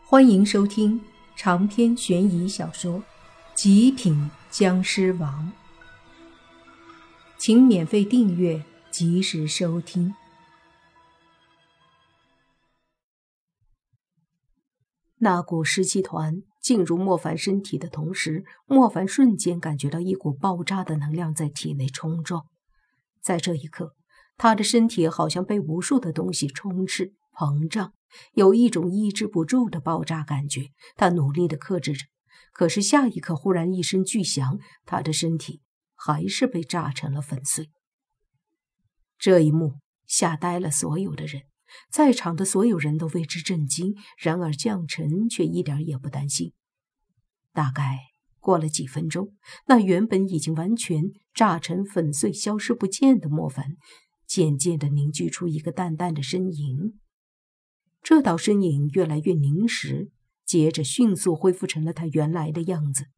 欢迎收听长篇悬疑小说《极品僵尸王》，请免费订阅，及时收听。那股尸气团进入莫凡身体的同时，莫凡瞬间感觉到一股爆炸的能量在体内冲撞。在这一刻，他的身体好像被无数的东西充斥膨胀，有一种抑制不住的爆炸感觉。他努力地克制着，可是下一刻忽然一声巨响，他的身体还是被炸成了粉碎。这一幕吓呆了所有的人，在场的所有人都为之震惊，然而将臣却一点也不担心。大概过了几分钟，那原本已经完全炸成粉碎消失不见的莫凡渐渐地凝聚出一个淡淡的身影。这道身影越来越凝实，接着迅速恢复成了他原来的样子。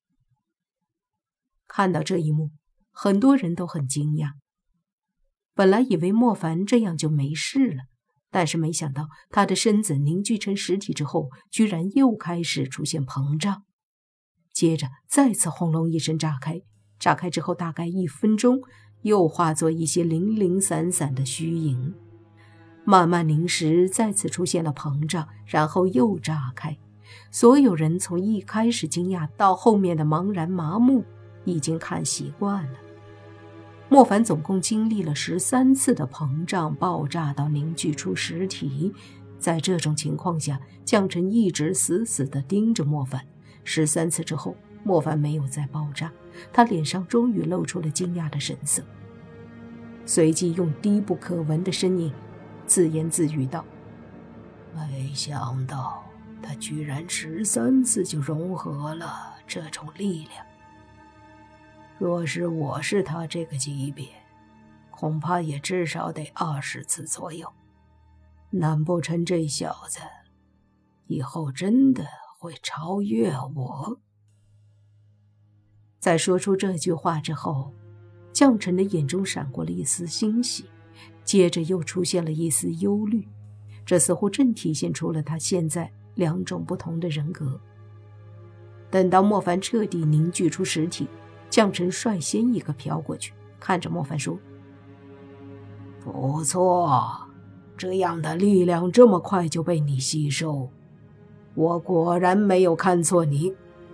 看到这一幕，很多人都很惊讶。本来以为莫凡这样就没事了，但是没想到他的身子凝聚成实体之后，居然又开始出现膨胀，接着再次轰隆一声炸开。炸开之后大概1分钟，又化作一些零零散散的虚影，慢慢凝实，再次出现了膨胀，然后又炸开。所有人从一开始惊讶到后面的茫然麻木，已经看习惯了。莫凡总共经历了13次的膨胀爆炸到凝聚出实体，在这种情况下，将臣一直死死地盯着莫凡。13次之后，莫凡没有再爆炸，他脸上终于露出了惊讶的神色，随即用低不可闻的声音自言自语道：没想到他居然13次就融合了这种力量。若是我是他这个级别，恐怕也至少得20次左右。难不成这小子以后真的会超越我？在说出这句话之后，将臣的眼中闪过了一丝欣喜，接着又出现了一丝忧虑，这似乎正体现出了他现在2种不同的人格。等到莫凡彻底凝聚出实体，将臣率先一个飘过去，看着莫凡说：不错，这样的力量这么快就被你吸收，我果然没有看错你。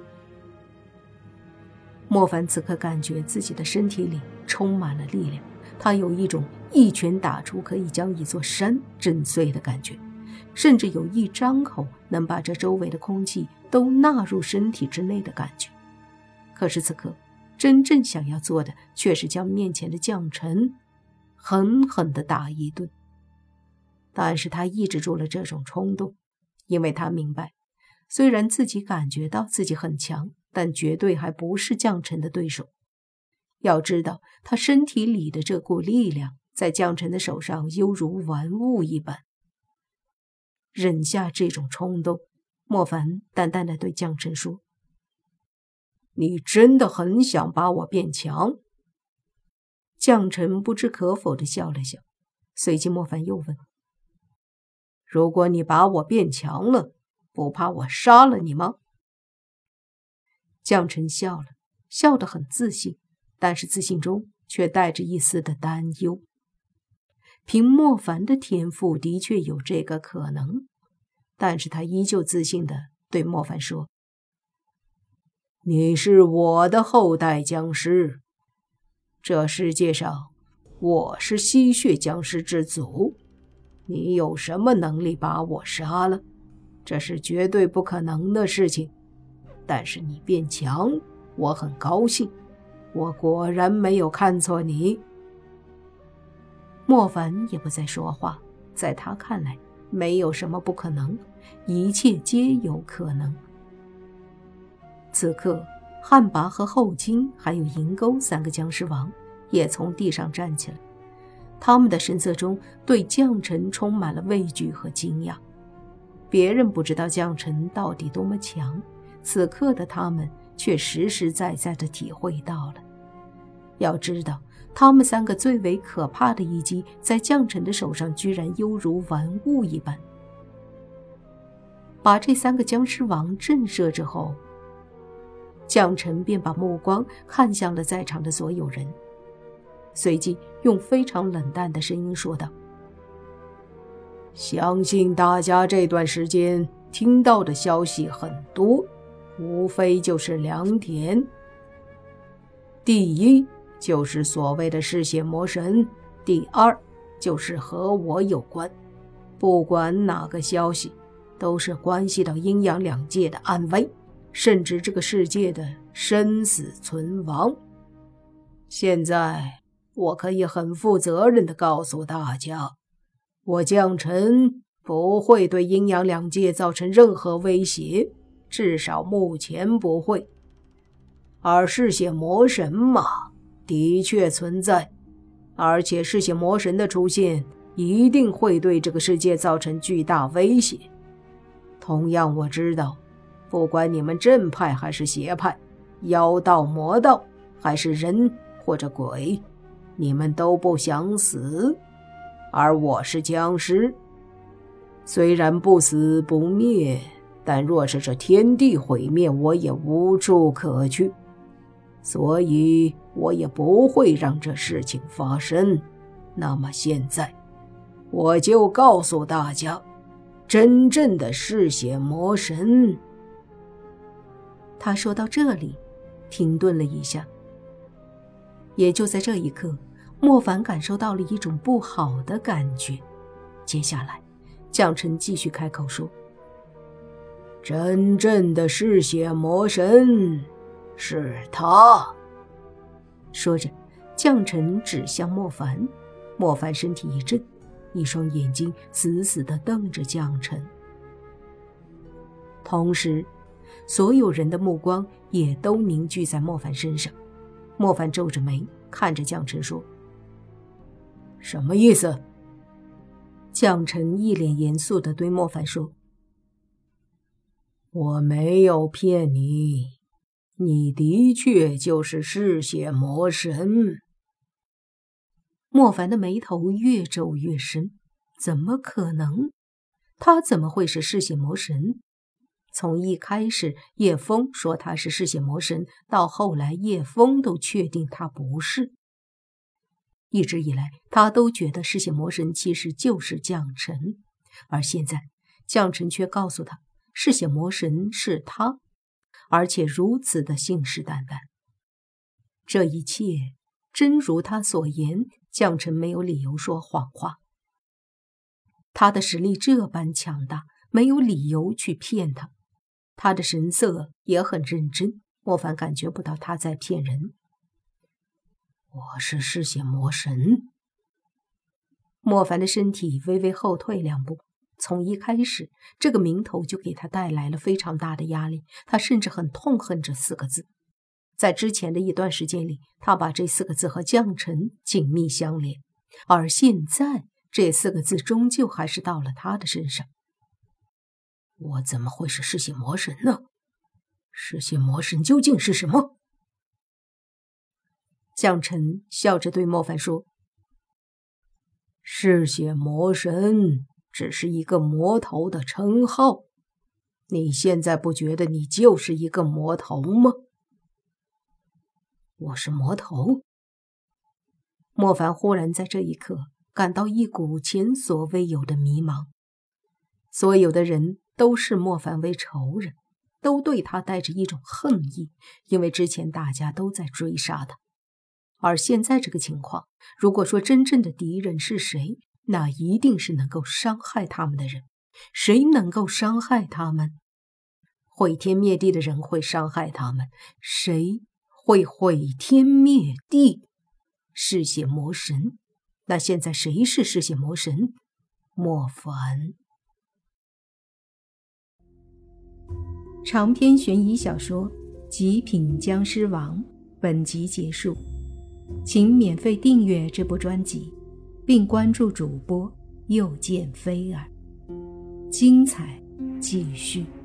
莫凡此刻感觉自己的身体里充满了力量，他有一种一拳打出可以将一座山震碎的感觉，甚至有一张口能把这周围的空气都纳入身体之内的感觉。可是此刻真正想要做的却是将面前的将臣狠狠地打一顿。但是他抑制住了这种冲动，因为他明白，虽然自己感觉到自己很强，但绝对还不是将臣的对手。要知道，他身体里的这股力量在将臣的手上犹如玩物一般。忍下这种冲动，莫凡淡淡地对将臣说：你真的很想把我变强？将臣不知可否地笑了笑，随即莫凡又问：如果你把我变强了，不怕我杀了你吗？将臣笑了，笑得很自信，但是自信中却带着一丝的担忧。凭莫凡的天赋的确有这个可能，但是他依旧自信地对莫凡说：你是我的后代僵尸，这世界上我是吸血僵尸之祖，你有什么能力把我杀了？这是绝对不可能的事情。但是你变强，我很高兴，我果然没有看错你。莫凡也不再说话，在他看来，没有什么不可能，一切皆有可能。此刻，汉魃和后金还有银钩3个僵尸王也从地上站起来，他们的神色中对将臣充满了畏惧和惊讶。别人不知道将臣到底多么强，此刻的他们却实实在在地体会到了。要知道，他们3个最为可怕的一击，在将臣的手上居然犹如玩物一般。 把这3个僵尸王震慑之后，将臣便把目光看向了在场的所有人，随即用非常冷淡的声音说道：相信大家这段时间听到的消息很多，无非就是2点。第一，就是所谓的嗜血魔神；第二，就是和我有关。不管哪个消息，都是关系到阴阳2界的安危，甚至这个世界的生死存亡。现在，我可以很负责任地告诉大家，我将臣不会对阴阳2界造成任何威胁，至少目前不会。而嗜血魔神嘛，的确存在，而且嗜血魔神的出现一定会对这个世界造成巨大威胁。同样我知道，不管你们正派还是邪派，妖道魔道还是人或者鬼，你们都不想死，而我是僵尸，虽然不死不灭，但若是这天地毁灭，我也无处可去，所以我也不会让这事情发生。那么现在，我就告诉大家，真正的嗜血魔神。他说到这里，停顿了一下。也就在这一刻，莫凡感受到了一种不好的感觉。接下来，将臣继续开口说：真正的嗜血魔神是他。说着，将臣指向莫凡。莫凡身体一震，一双眼睛死死地瞪着将臣。同时，所有人的目光也都凝聚在莫凡身上。莫凡皱着眉看着将臣说：什么意思？将臣一脸严肃地对莫凡说：我没有骗你，你的确就是嗜血魔神。莫凡的眉头越皱越深，怎么可能？他怎么会是嗜血魔神？从一开始叶枫说他是嗜血魔神，到后来叶枫都确定他不是。一直以来，他都觉得嗜血魔神其实就是将臣，而现在将臣却告诉他，嗜血魔神是他，而且如此的信誓旦旦。这一切真如他所言，将臣没有理由说谎话。他的实力这般强大，没有理由去骗他。他的神色也很认真，莫凡感觉不到他在骗人。我是嗜血魔神。莫凡的身体微微后退2步，从一开始，这个名头就给他带来了非常大的压力，他甚至很痛恨这4个字。在之前的一段时间里，他把这4个字和将臣紧密相连，而现在这4个字终究还是到了他的身上。我怎么会是嗜血魔神呢？嗜血魔神究竟是什么？将臣笑着对莫凡说：嗜血魔神只是一个魔头的称号，你现在不觉得你就是一个魔头吗？我是魔头？莫凡忽然在这一刻感到一股前所未有的迷茫。所有的人都视莫凡为仇人，都对他带着一种恨意，因为之前大家都在追杀他。而现在这个情况，如果说真正的敌人是谁，那一定是能够伤害他们的人。谁能够伤害他们？毁天灭地的人会伤害他们，谁会毁天灭地？嗜血魔神。那现在谁是嗜血魔神？莫凡。长篇悬疑小说《极品僵尸王》本集结束，请免费订阅这部专辑，并关注主播又见菲儿，精彩继续。